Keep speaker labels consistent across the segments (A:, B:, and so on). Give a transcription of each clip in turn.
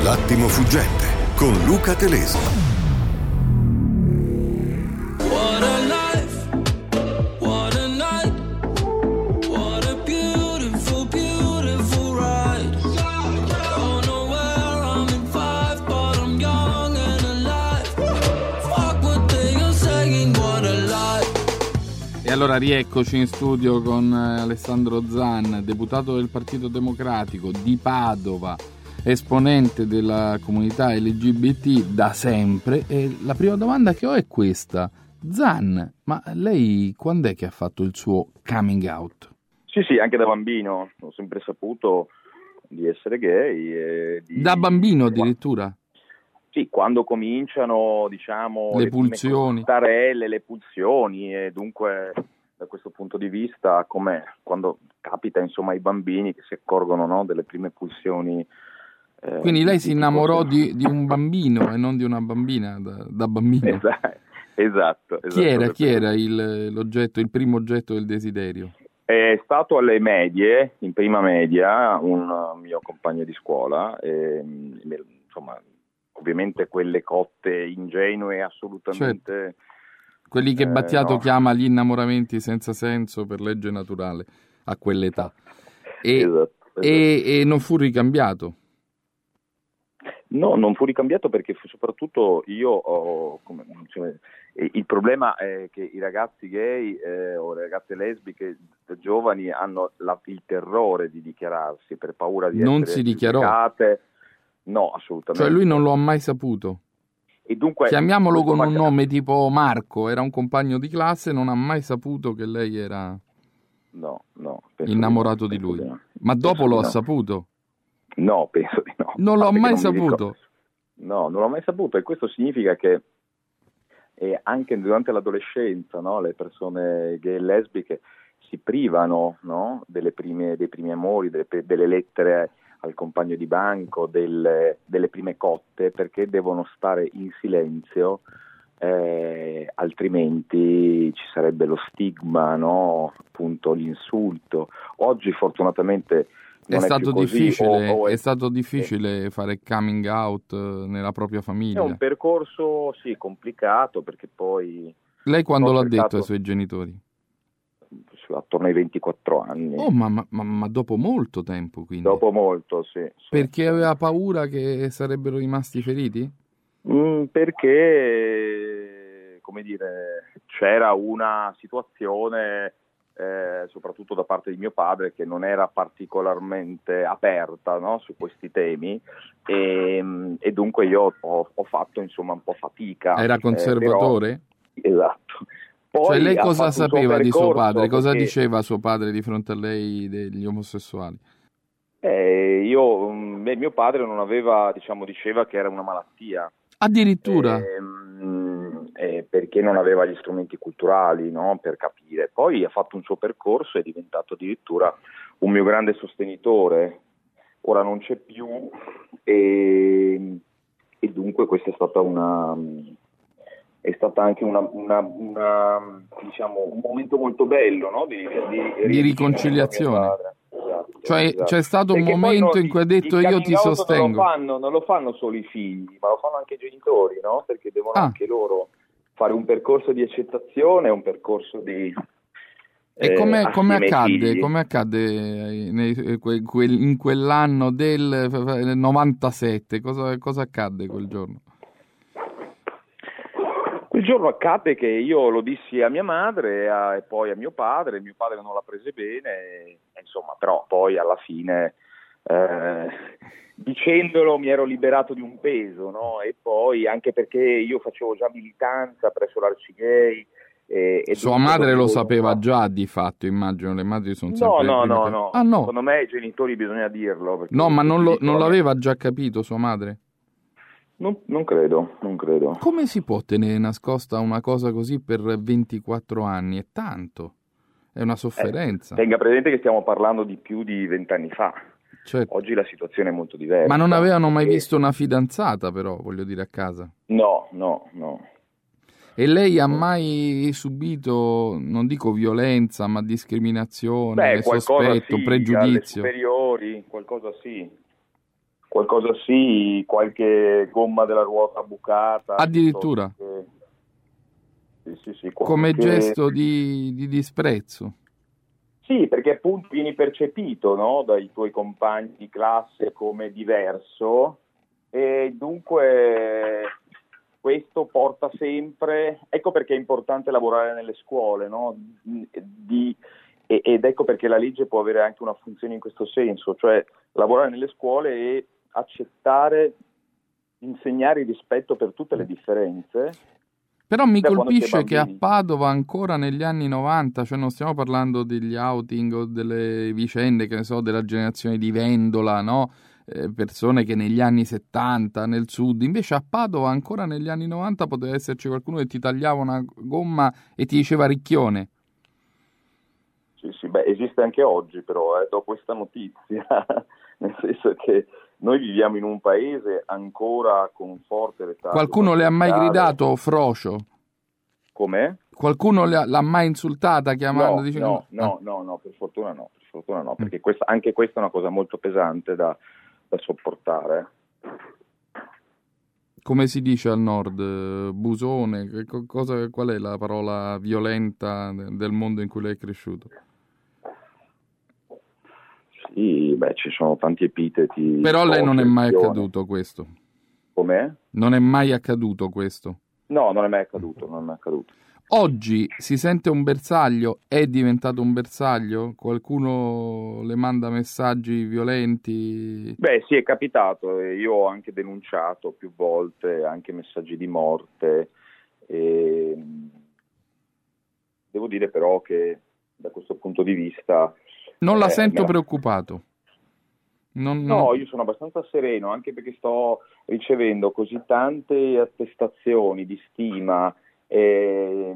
A: L'attimo fuggente con Luca Telesi.
B: E allora rieccoci in studio con Alessandro Zan, deputato del Partito Democratico di Padova, esponente della comunità LGBT da sempre. E la prima domanda che ho è questa: Zan, ma lei quando è che ha fatto il suo coming out?
C: Sì, anche da bambino ho sempre saputo di essere gay.
B: Da bambino addirittura?
C: Sì, quando cominciano, diciamo,
B: le pulsioni,
C: le pulsioni, e dunque da questo punto di vista, come quando capita, insomma, ai bambini che si accorgono, no, delle prime pulsioni.
B: Quindi lei si innamorò di un bambino e non di una bambina da bambino.
C: Esatto.
B: Chi era l'oggetto, il primo oggetto del desiderio?
C: È stato alle medie, in prima media, un mio compagno di scuola, insomma, ovviamente quelle cotte ingenue, assolutamente.
B: Certo. Quelli che Battiato chiama gli innamoramenti senza senso per legge naturale a quell'età.
C: Esatto.
B: E non fu ricambiato?
C: No, non fu ricambiato perché soprattutto io il problema è che i ragazzi gay o le ragazze lesbiche giovani hanno il terrore di dichiararsi per paura di
B: non
C: essere
B: si dichiarò?
C: giudicate. No, assolutamente.
B: Cioè lui non lo ha mai saputo?
C: E dunque,
B: chiamiamolo con un nome tipo Marco, era un compagno di classe, non ha mai saputo che lei era innamorato di lui. Ma dopo lo ha saputo?
C: No, penso di no.
B: Non l'ho mai saputo?
C: No, non l'ho mai saputo, e questo significa che anche durante l'adolescenza, no, le persone gay e lesbiche si privano, no, dei primi amori, delle lettere al compagno di banco, delle prime cotte, perché devono stare in silenzio, altrimenti ci sarebbe lo stigma, no? Appunto l'insulto. Oggi fortunatamente non è
B: stato
C: più così,
B: difficile, è stato difficile fare coming out nella propria famiglia.
C: È un percorso complicato, perché poi...
B: Lei quando l'ha detto ai suoi genitori?
C: Attorno ai 24 anni.
B: Oh, ma dopo molto tempo, quindi?
C: Dopo molto, sì.
B: Perché aveva paura che sarebbero rimasti feriti?
C: Perché, come dire, c'era una situazione, soprattutto da parte di mio padre, che non era particolarmente aperta, no, su questi temi, e dunque io ho fatto, insomma, un po' fatica.
B: Era conservatore?
C: Esatto. Poi
B: cioè lei cosa sapeva di suo padre? Cosa
C: perché...
B: diceva suo padre di fronte a lei degli omosessuali?
C: Mio padre non aveva, diceva che era una malattia.
B: Addirittura?
C: Perché non aveva gli strumenti culturali, no, per capire. Poi ha fatto un suo percorso, è diventato addirittura un mio grande sostenitore. Ora non c'è più, e dunque questa è stata anche diciamo, un momento molto bello, no? di
B: riconciliazione.
C: Esatto,
B: cioè
C: esatto.
B: C'è stato un
C: Perché
B: momento in cui ha detto io ti sostengo.
C: Non lo fanno solo i figli, ma lo fanno anche i genitori, no? Perché devono anche loro fare un percorso di accettazione, un percorso di...
B: E come accadde in quell'anno del 97? Cosa accadde quel giorno?
C: Quel giorno accadde che io lo dissi a mia madre e poi a mio padre non la prese bene, insomma, però poi alla fine dicendolo mi ero liberato di un peso, no? E poi anche perché io facevo già militanza presso l'Arcigay.
B: Sua madre lo sapeva già di fatto, immagino, le madri sono sempre...
C: No.
B: Ah, no.
C: Secondo me ai genitori bisogna dirlo.
B: No, ma non l'aveva già capito sua madre?
C: Non credo.
B: Come si può tenere nascosta una cosa così per 24 anni? È tanto, è una sofferenza.
C: Tenga presente che stiamo parlando di più di 20 anni fa.
B: Certo.
C: Oggi la situazione è molto diversa.
B: Ma non avevano mai visto una fidanzata, però, voglio dire, a casa?
C: No.
B: E lei ha mai subito, non dico violenza, ma discriminazione, sospetto,
C: sì,
B: pregiudizio?
C: Alle superiori, qualcosa sì. qualcosa sì, qualche gomma della ruota bucata.
B: Addirittura?
C: Sì,
B: come gesto di disprezzo.
C: Sì, perché appunto vieni percepito, no, dai tuoi compagni di classe come diverso e dunque questo porta sempre, ecco perché è importante lavorare nelle scuole, no? Ed ecco perché la legge può avere anche una funzione in questo senso, cioè lavorare nelle scuole e accettare, insegnare il rispetto per tutte le differenze.
B: Però mi colpisce che a Padova ancora negli anni 90, cioè non stiamo parlando degli outing o delle vicende, che ne so, della generazione di Vendola, no? Persone che negli anni 70 nel sud, invece a Padova ancora negli anni 90 poteva esserci qualcuno che ti tagliava una gomma e ti diceva ricchione.
C: Sì, beh, esiste anche oggi però, dopo questa notizia, nel senso che noi viviamo in un paese ancora con un forte retaggio.
B: Qualcuno le ha mai gridato frocio?
C: Com'è?
B: Qualcuno l'ha mai insultata chiamando?
C: No, per fortuna no, perché anche questa è una cosa molto pesante da sopportare.
B: Come si dice al nord? Busone? Qual è la parola violenta del mondo in cui lei è cresciuto?
C: Sì, beh, ci sono tanti epiteti.
B: Però lei non è mai accaduto questo?
C: Com'è?
B: Non è mai accaduto questo?
C: No, non è mai accaduto.
B: Oggi si sente un bersaglio? È diventato un bersaglio? Qualcuno le manda messaggi violenti?
C: Beh, sì, è capitato. Io ho anche denunciato più volte, anche messaggi di morte. Devo dire però che da questo punto di vista...
B: Non la sento preoccupato.
C: No, io sono abbastanza sereno, anche perché sto ricevendo così tante attestazioni di stima e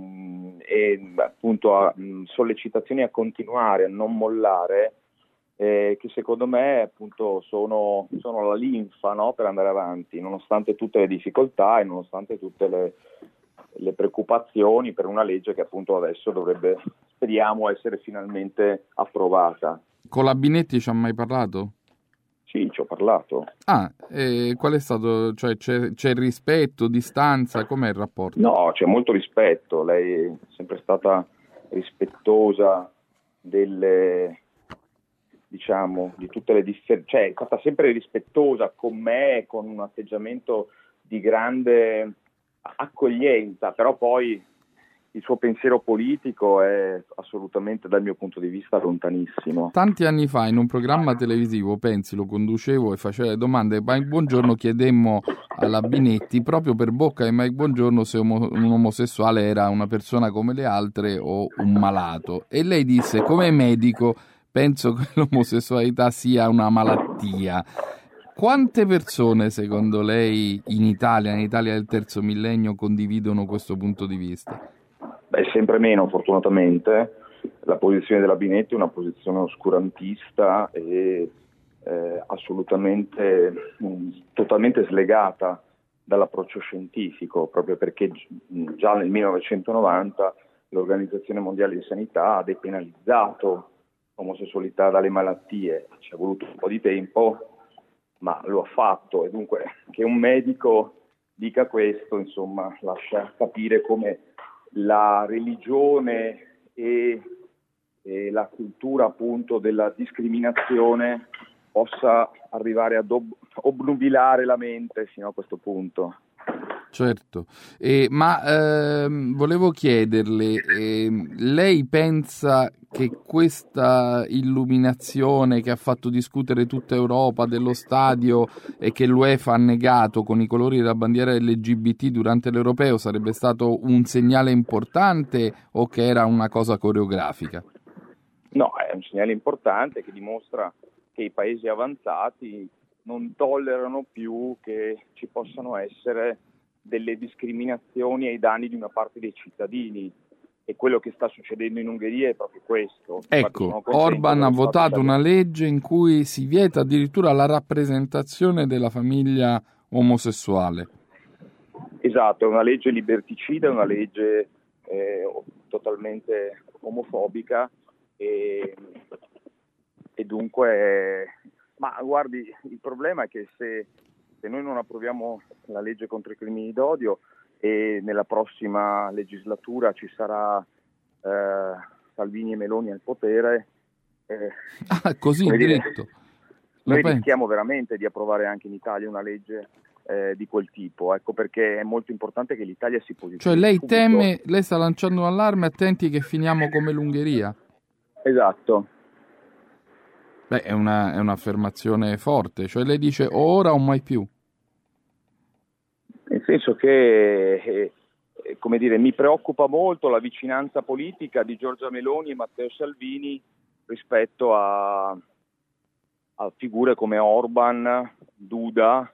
C: appunto sollecitazioni a continuare, a non mollare, che secondo me appunto sono la linfa, no, per andare avanti, nonostante tutte le difficoltà e nonostante tutte le preoccupazioni per una legge che appunto adesso dovrebbe, speriamo, essere finalmente approvata.
B: Con la Binetti ci ha mai parlato?
C: Sì, ci ho parlato.
B: Qual è stato, cioè c'è rispetto, distanza, com'è il rapporto?
C: No, c'è molto rispetto, lei è sempre stata rispettosa delle, diciamo, di tutte le differenze, cioè è stata sempre rispettosa con me, con un atteggiamento di grande accoglienza, però poi il suo pensiero politico è assolutamente, dal mio punto di vista, lontanissimo.
B: Tanti anni fa in un programma televisivo, pensi, lo conducevo e facevo le domande, Mike Bongiorno, chiedemmo alla Binetti proprio per bocca di Mike Bongiorno se un omosessuale era una persona come le altre o un malato, e lei disse: come medico penso che l'omosessualità sia una malattia. Quante persone secondo lei in Italia del terzo millennio condividono questo punto di vista?
C: Beh, sempre meno, fortunatamente. La posizione della Binetti è una posizione oscurantista e assolutamente totalmente slegata dall'approccio scientifico, proprio perché già nel 1990 l'Organizzazione Mondiale di Sanità ha depenalizzato l'omosessualità dalle malattie. Ci è voluto un po' di tempo, ma lo ha fatto, e dunque che un medico dica questo, insomma, lascia capire come la religione e la cultura appunto della discriminazione possa arrivare ad obnubilare la mente fino a questo punto.
B: Certo, ma volevo chiederle, lei pensa che questa illuminazione che ha fatto discutere tutta Europa dello stadio e che l'UEFA ha negato con i colori della bandiera LGBT durante l'Europeo sarebbe stato un segnale importante o che era una cosa coreografica?
C: No, è un segnale importante che dimostra che i paesi avanzati non tollerano più che ci possano essere delle discriminazioni ai danni di una parte dei cittadini, e quello che sta succedendo in Ungheria è proprio questo.
B: Ecco, Orban ha votato una legge in cui si vieta addirittura la rappresentazione della famiglia omosessuale.
C: Esatto, è una legge liberticida, è una legge totalmente omofobica e dunque Ma guardi, il problema è che se noi non approviamo la legge contro i crimini d'odio e nella prossima legislatura ci sarà Salvini e Meloni al potere,
B: così diretto.
C: Noi rischiamo veramente di approvare anche in Italia una legge di quel tipo, ecco perché è molto importante che l'Italia si posizioni.
B: Cioè lei teme, lei sta lanciando un allarme, attenti che finiamo come l'Ungheria.
C: Esatto.
B: Beh, è un'affermazione forte, cioè lei dice o ora o mai più.
C: Nel senso che, come dire, mi preoccupa molto la vicinanza politica di Giorgia Meloni e Matteo Salvini rispetto a figure come Orban, Duda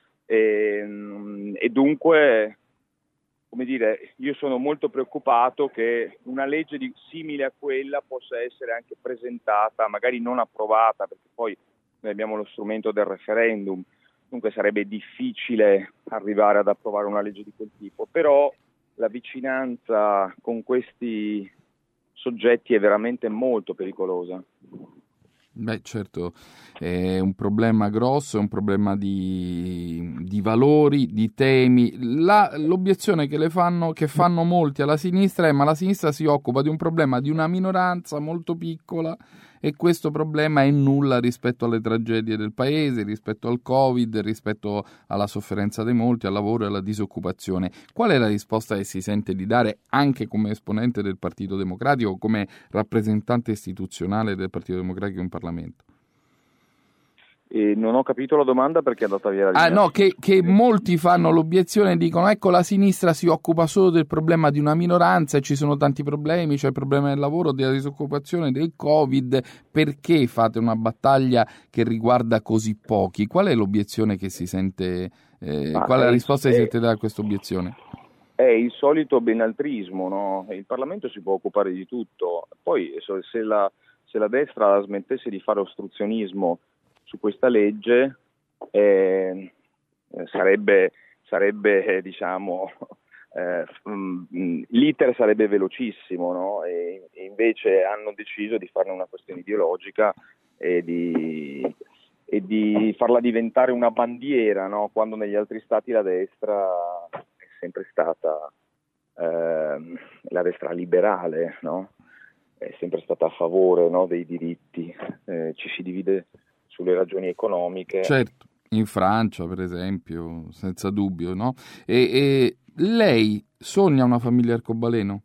C: e dunque, come dire, io sono molto preoccupato che una legge simile a quella possa essere anche presentata, magari non approvata, perché poi noi abbiamo lo strumento del referendum, dunque sarebbe difficile arrivare ad approvare una legge di quel tipo, però la vicinanza con questi soggetti è veramente molto pericolosa.
B: Beh, certo, è un problema grosso, è un problema di valori, di temi. L'obiezione che fanno molti alla sinistra è: ma la sinistra si occupa di un problema di una minoranza molto piccola e questo problema è nulla rispetto alle tragedie del paese, rispetto al Covid, rispetto alla sofferenza dei molti, al lavoro e alla disoccupazione. Qual è la risposta che si sente di dare anche come esponente del Partito Democratico, come rappresentante istituzionale del Partito Democratico in Parlamento?
C: Non ho capito la domanda perché è andata via la linea.
B: No, che molti fanno l'obiezione e dicono: ecco, la sinistra si occupa solo del problema di una minoranza e ci sono tanti problemi, c'è il problema del lavoro, della disoccupazione, del Covid, perché fate una battaglia che riguarda così pochi? Qual è l'obiezione che si sente, qual è la risposta che si sente da questa obiezione?
C: È il solito benaltrismo, no? Il Parlamento si può occupare di tutto, poi se la destra smettesse di fare ostruzionismo su questa legge sarebbe diciamo l'iter sarebbe velocissimo, no? E invece hanno deciso di farne una questione ideologica e di farla diventare una bandiera, no? Quando negli altri stati la destra è sempre stata la destra liberale, no? È sempre stata a favore, no, dei diritti, ci si divide sulle ragioni economiche.
B: Certo, in Francia per esempio, senza dubbio, no? E lei sogna una famiglia arcobaleno?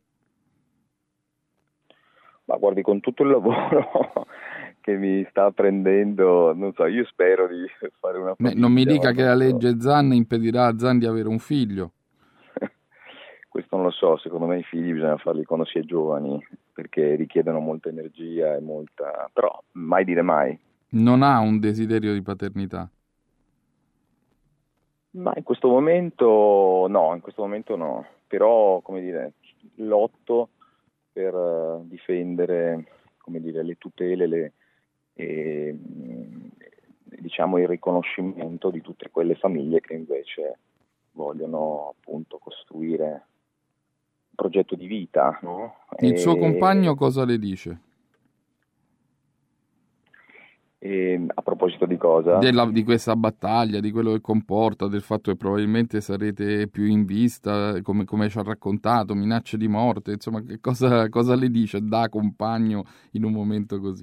C: Ma guardi, con tutto il lavoro che mi sta prendendo, non so, io spero di fare una famiglia.
B: Non mi dica che la legge Zan impedirà a Zan di avere un figlio.
C: Questo non lo so, secondo me i figli bisogna farli quando si è giovani, perché richiedono molta energia e però mai dire mai.
B: Non ha un desiderio di paternità?
C: Ma in questo momento no, però, come dire, lotto per difendere, come dire, le tutele diciamo il riconoscimento di tutte quelle famiglie che invece vogliono appunto costruire un progetto di vita, no?
B: Il suo compagno cosa le dice?
C: A proposito di cosa?
B: Di questa battaglia, di quello che comporta, del fatto che probabilmente sarete più in vista, come ci ha raccontato, minacce di morte, insomma, che cosa le dice da compagno in un momento così?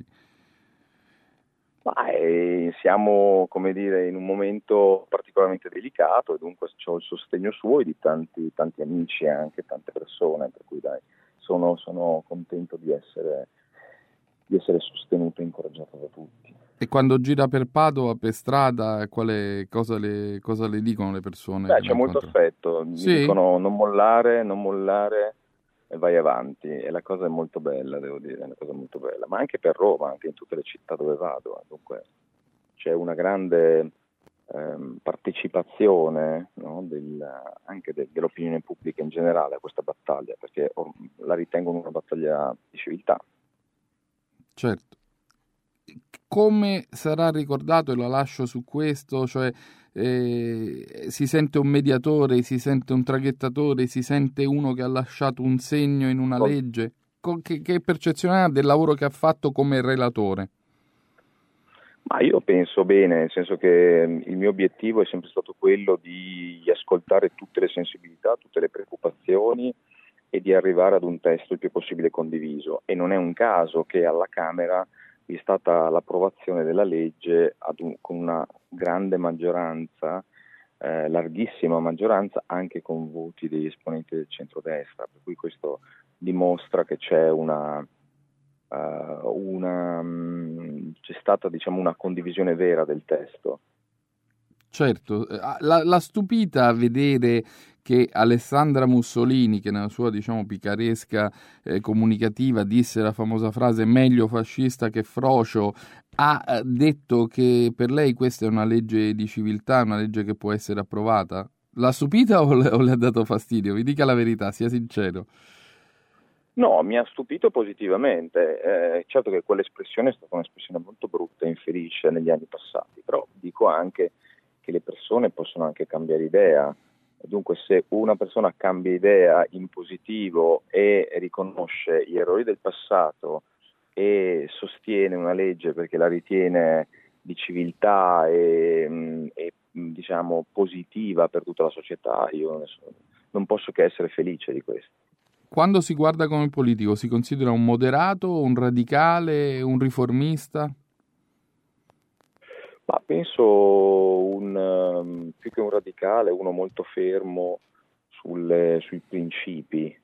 C: Siamo, come dire, in un momento particolarmente delicato e dunque ho il sostegno suo e di tanti amici e anche tante persone, per cui sono contento di essere sostenuto e incoraggiato da tutti.
B: E quando gira per Padova, per strada, cosa le dicono le persone?
C: C'è molto affetto, mi dicono non mollare e vai avanti, e la cosa è molto bella, devo dire, è una cosa molto bella, ma anche per Roma, anche in tutte le città dove vado, dunque c'è una grande partecipazione, no, anche dell'opinione pubblica in generale a questa battaglia, perché la ritengono una battaglia di civiltà.
B: Certo. Come sarà ricordato, e la lascio su questo, cioè si sente un mediatore, si sente un traghettatore, si sente uno che ha lasciato un segno in una legge? Che percezione ha del lavoro che ha fatto come relatore?
C: Ma io penso bene, nel senso che il mio obiettivo è sempre stato quello di ascoltare tutte le sensibilità, tutte le preoccupazioni e di arrivare ad un testo il più possibile condiviso. E non è un caso che alla Camera vi è stata l'approvazione della legge con una grande maggioranza, larghissima maggioranza, anche con voti degli esponenti del centrodestra. Per cui questo dimostra che c'è c'è stata, diciamo, una condivisione vera del testo.
B: Certo, l'ha stupita vedere che Alessandra Mussolini, che nella sua, diciamo, picaresca comunicativa disse la famosa frase meglio fascista che frocio, ha detto che per lei questa è una legge di civiltà, una legge che può essere approvata? L'ha stupita o le ha dato fastidio? Vi dica la verità, sia sincero.
C: No, mi ha stupito positivamente. Certo che quell'espressione è stata un'espressione molto brutta e infelice negli anni passati, però dico anche che le persone possono anche cambiare idea. Dunque, se una persona cambia idea in positivo e riconosce gli errori del passato e sostiene una legge perché la ritiene di civiltà e diciamo positiva per tutta la società, io non posso che essere felice di questo.
B: Quando si guarda come politico, si considera un moderato, un radicale, un riformista?
C: Ma penso più che un radicale, uno molto fermo sui principi.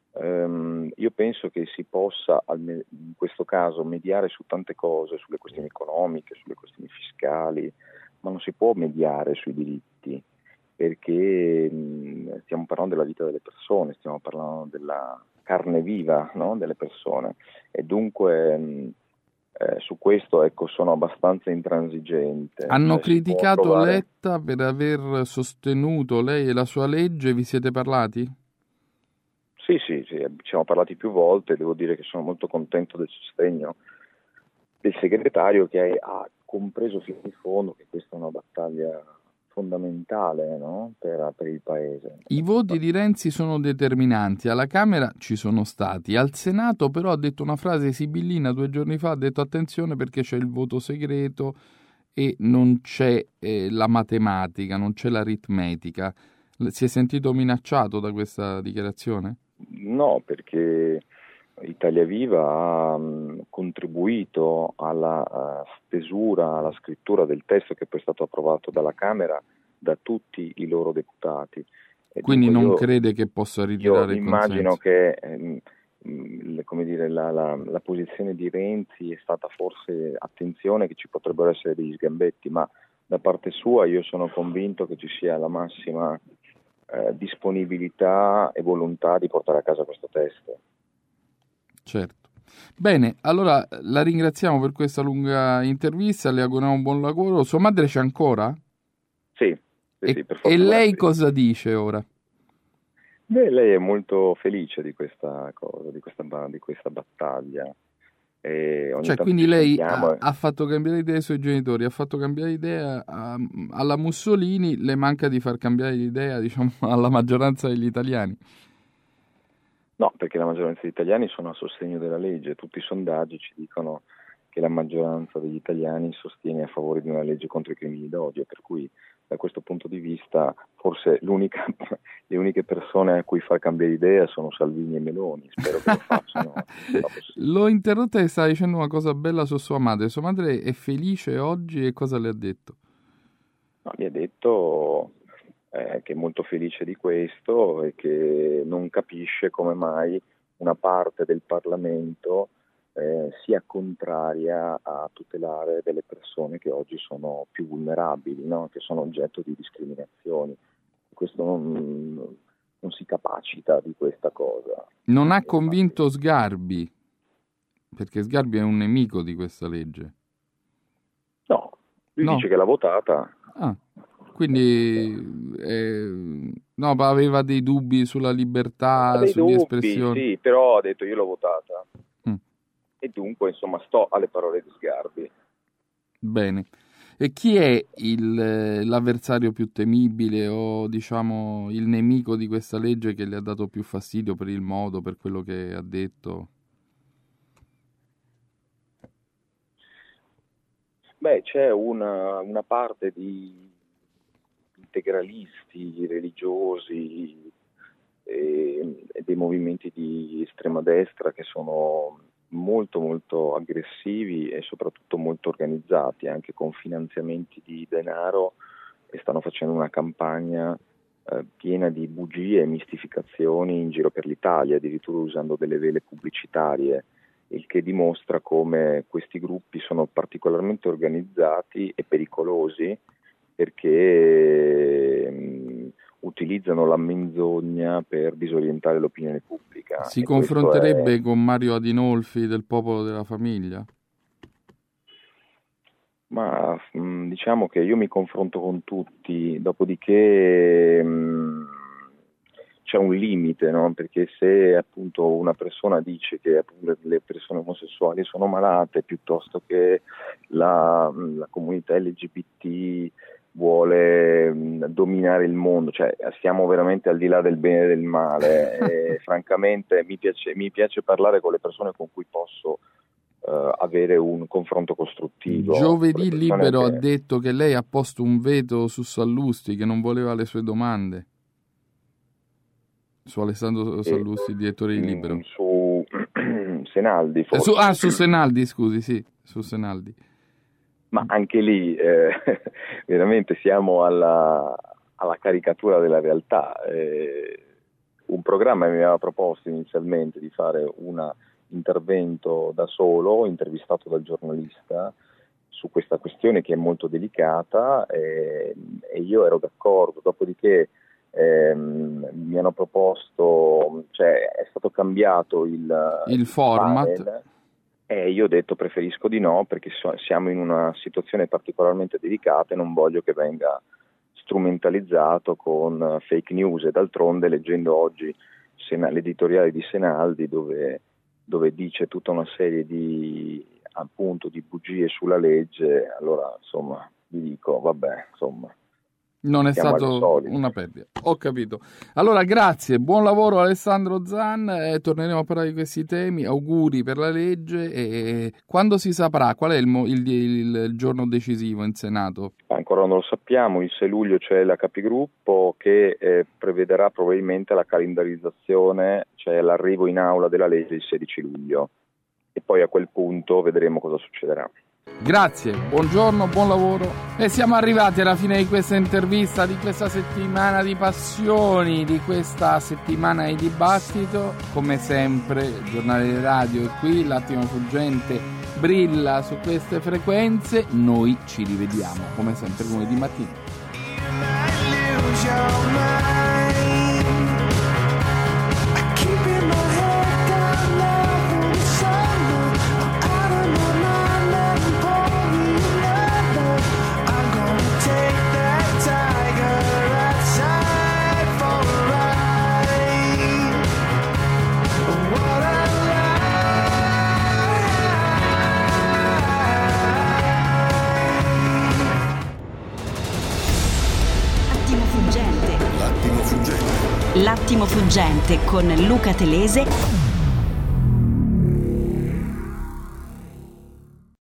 C: Io penso che si possa, in questo caso, mediare su tante cose, sulle questioni economiche, sulle questioni fiscali, ma non si può mediare sui diritti, perché stiamo parlando della vita delle persone, stiamo parlando della carne viva, no? Delle persone, e dunque su questo, ecco, sono abbastanza intransigente.
B: Hanno
C: Si può
B: criticato
C: trovare...
B: Letta per aver sostenuto lei e la sua legge, vi siete parlati?
C: Sì, ci siamo parlati più volte, devo dire che sono molto contento del sostegno del segretario, che ha compreso fino in fondo che questa è una battaglia fondamentale, no? per il Paese.
B: I voti di Renzi sono determinanti, alla Camera ci sono stati, al Senato però ha detto una frase sibillina 2 giorni fa, ha detto attenzione perché c'è il voto segreto e non c'è la matematica, non c'è l'aritmetica. Si è sentito minacciato da questa dichiarazione?
C: No, perché Italia Viva ha contribuito alla stesura, alla scrittura del testo che poi è stato approvato dalla Camera da tutti i loro deputati. E
B: quindi
C: dunque
B: non crede che possa ritirare
C: io
B: il
C: immagino
B: consenso?
C: che come dire, la posizione di Renzi è stata forse attenzione che ci potrebbero essere degli sgambetti, ma da parte sua io sono convinto che ci sia la massima disponibilità e volontà di portare a casa questo testo.
B: Certo. Bene, allora la ringraziamo per questa lunga intervista, le auguriamo un buon lavoro. Sua madre c'è ancora?
C: Sì,
B: E
C: per fortuna
B: lei
C: sì.
B: cosa dice ora?
C: Beh, lei è molto felice di questa cosa, di questa battaglia. E ogni
B: Cioè,
C: tanto
B: quindi
C: ci
B: lei
C: sentiamo.
B: ha fatto cambiare idea ai suoi genitori, ha fatto cambiare idea alla Mussolini, le manca di far cambiare l'idea, diciamo, alla maggioranza degli italiani.
C: No, perché la maggioranza degli italiani sono a sostegno della legge. Tutti i sondaggi ci dicono che la maggioranza degli italiani sostiene a favore di una legge contro i crimini d'odio, per cui da questo punto di vista forse le uniche persone a cui far cambiare idea sono Salvini e Meloni. Spero che lo facciano.
B: L'ho interrotta e stava dicendo una cosa bella su sua madre. Sua madre è felice oggi e cosa le ha detto?
C: No, mi ha detto che è molto felice di questo e che non capisce come mai una parte del Parlamento sia contraria a tutelare delle persone che oggi sono più vulnerabili, no? Che sono oggetto di discriminazioni. Questo non si capacita di questa cosa.
B: Non ha convinto Sgarbi, perché Sgarbi è un nemico di questa legge.
C: No, lui dice che l'ha votata.
B: Ah, quindi no, aveva dei dubbi sulla libertà,
C: Dei
B: espressione.
C: sì, però ha detto io l'ho votata.
B: Mm.
C: E dunque, insomma, sto alle parole di Sgarbi.
B: Bene. E chi è l'avversario più temibile o, diciamo, il nemico di questa legge che le ha dato più fastidio per il modo, per quello che ha detto?
C: Beh, c'è una parte di integralisti religiosi e dei movimenti di estrema destra che sono molto molto aggressivi e soprattutto molto organizzati, anche con finanziamenti di denaro, e stanno facendo una campagna piena di bugie e mistificazioni in giro per l'Italia, addirittura usando delle vele pubblicitarie, il che dimostra come questi gruppi sono particolarmente organizzati e pericolosi, perché utilizzano la menzogna per disorientare l'opinione pubblica.
B: Si confronterebbe con Mario Adinolfi del Popolo della Famiglia?
C: Ma diciamo che io mi confronto con tutti, dopodiché c'è un limite, no? Perché se appunto una persona dice che le persone omosessuali sono malate, piuttosto che la comunità LGBT vuole dominare il mondo, cioè siamo veramente al di là del bene e del male, e francamente mi piace parlare con le persone con cui posso avere un confronto costruttivo.
B: Giovedì Libero ha detto che lei ha posto un veto su Sallusti, che non voleva le sue domande. Su Alessandro Sallusti, direttore di Libero.
C: Su Senaldi, forse.
B: Su Senaldi, scusi, sì, su Senaldi.
C: Ma anche lì veramente siamo alla caricatura della realtà. Un programma mi aveva proposto inizialmente di fare un intervento da solo, intervistato dal giornalista, su questa questione che è molto delicata, e io ero d'accordo. Dopodiché mi hanno proposto, cioè è stato cambiato il
B: format
C: panel, e io ho detto preferisco di no, perché siamo in una situazione particolarmente delicata e non voglio che venga strumentalizzato con fake news. E d'altronde, leggendo oggi l'editoriale di Senaldi, dove dice tutta una serie di bugie sulla legge, allora insomma vi dico, vabbè, insomma,
B: non è stato una perdita. Ho capito. Allora grazie, buon lavoro Alessandro Zan, torneremo a parlare di questi temi. Auguri per la legge. E quando si saprà qual è il giorno decisivo in Senato?
C: Ancora non lo sappiamo. Il 6 luglio c'è la capigruppo che prevederà probabilmente la calendarizzazione, cioè l'arrivo in aula della legge il 16 luglio, e poi a quel punto vedremo cosa succederà.
B: Grazie, buongiorno, buon lavoro. E siamo arrivati alla fine di questa intervista, di questa settimana di passioni, di questa settimana di dibattito. Come sempre il giornale radio è qui, l'attimo fuggente brilla su queste frequenze. Noi ci rivediamo come sempre lunedì mattina.
A: L'attimo fuggente.
D: L'attimo fuggente con Luca Telese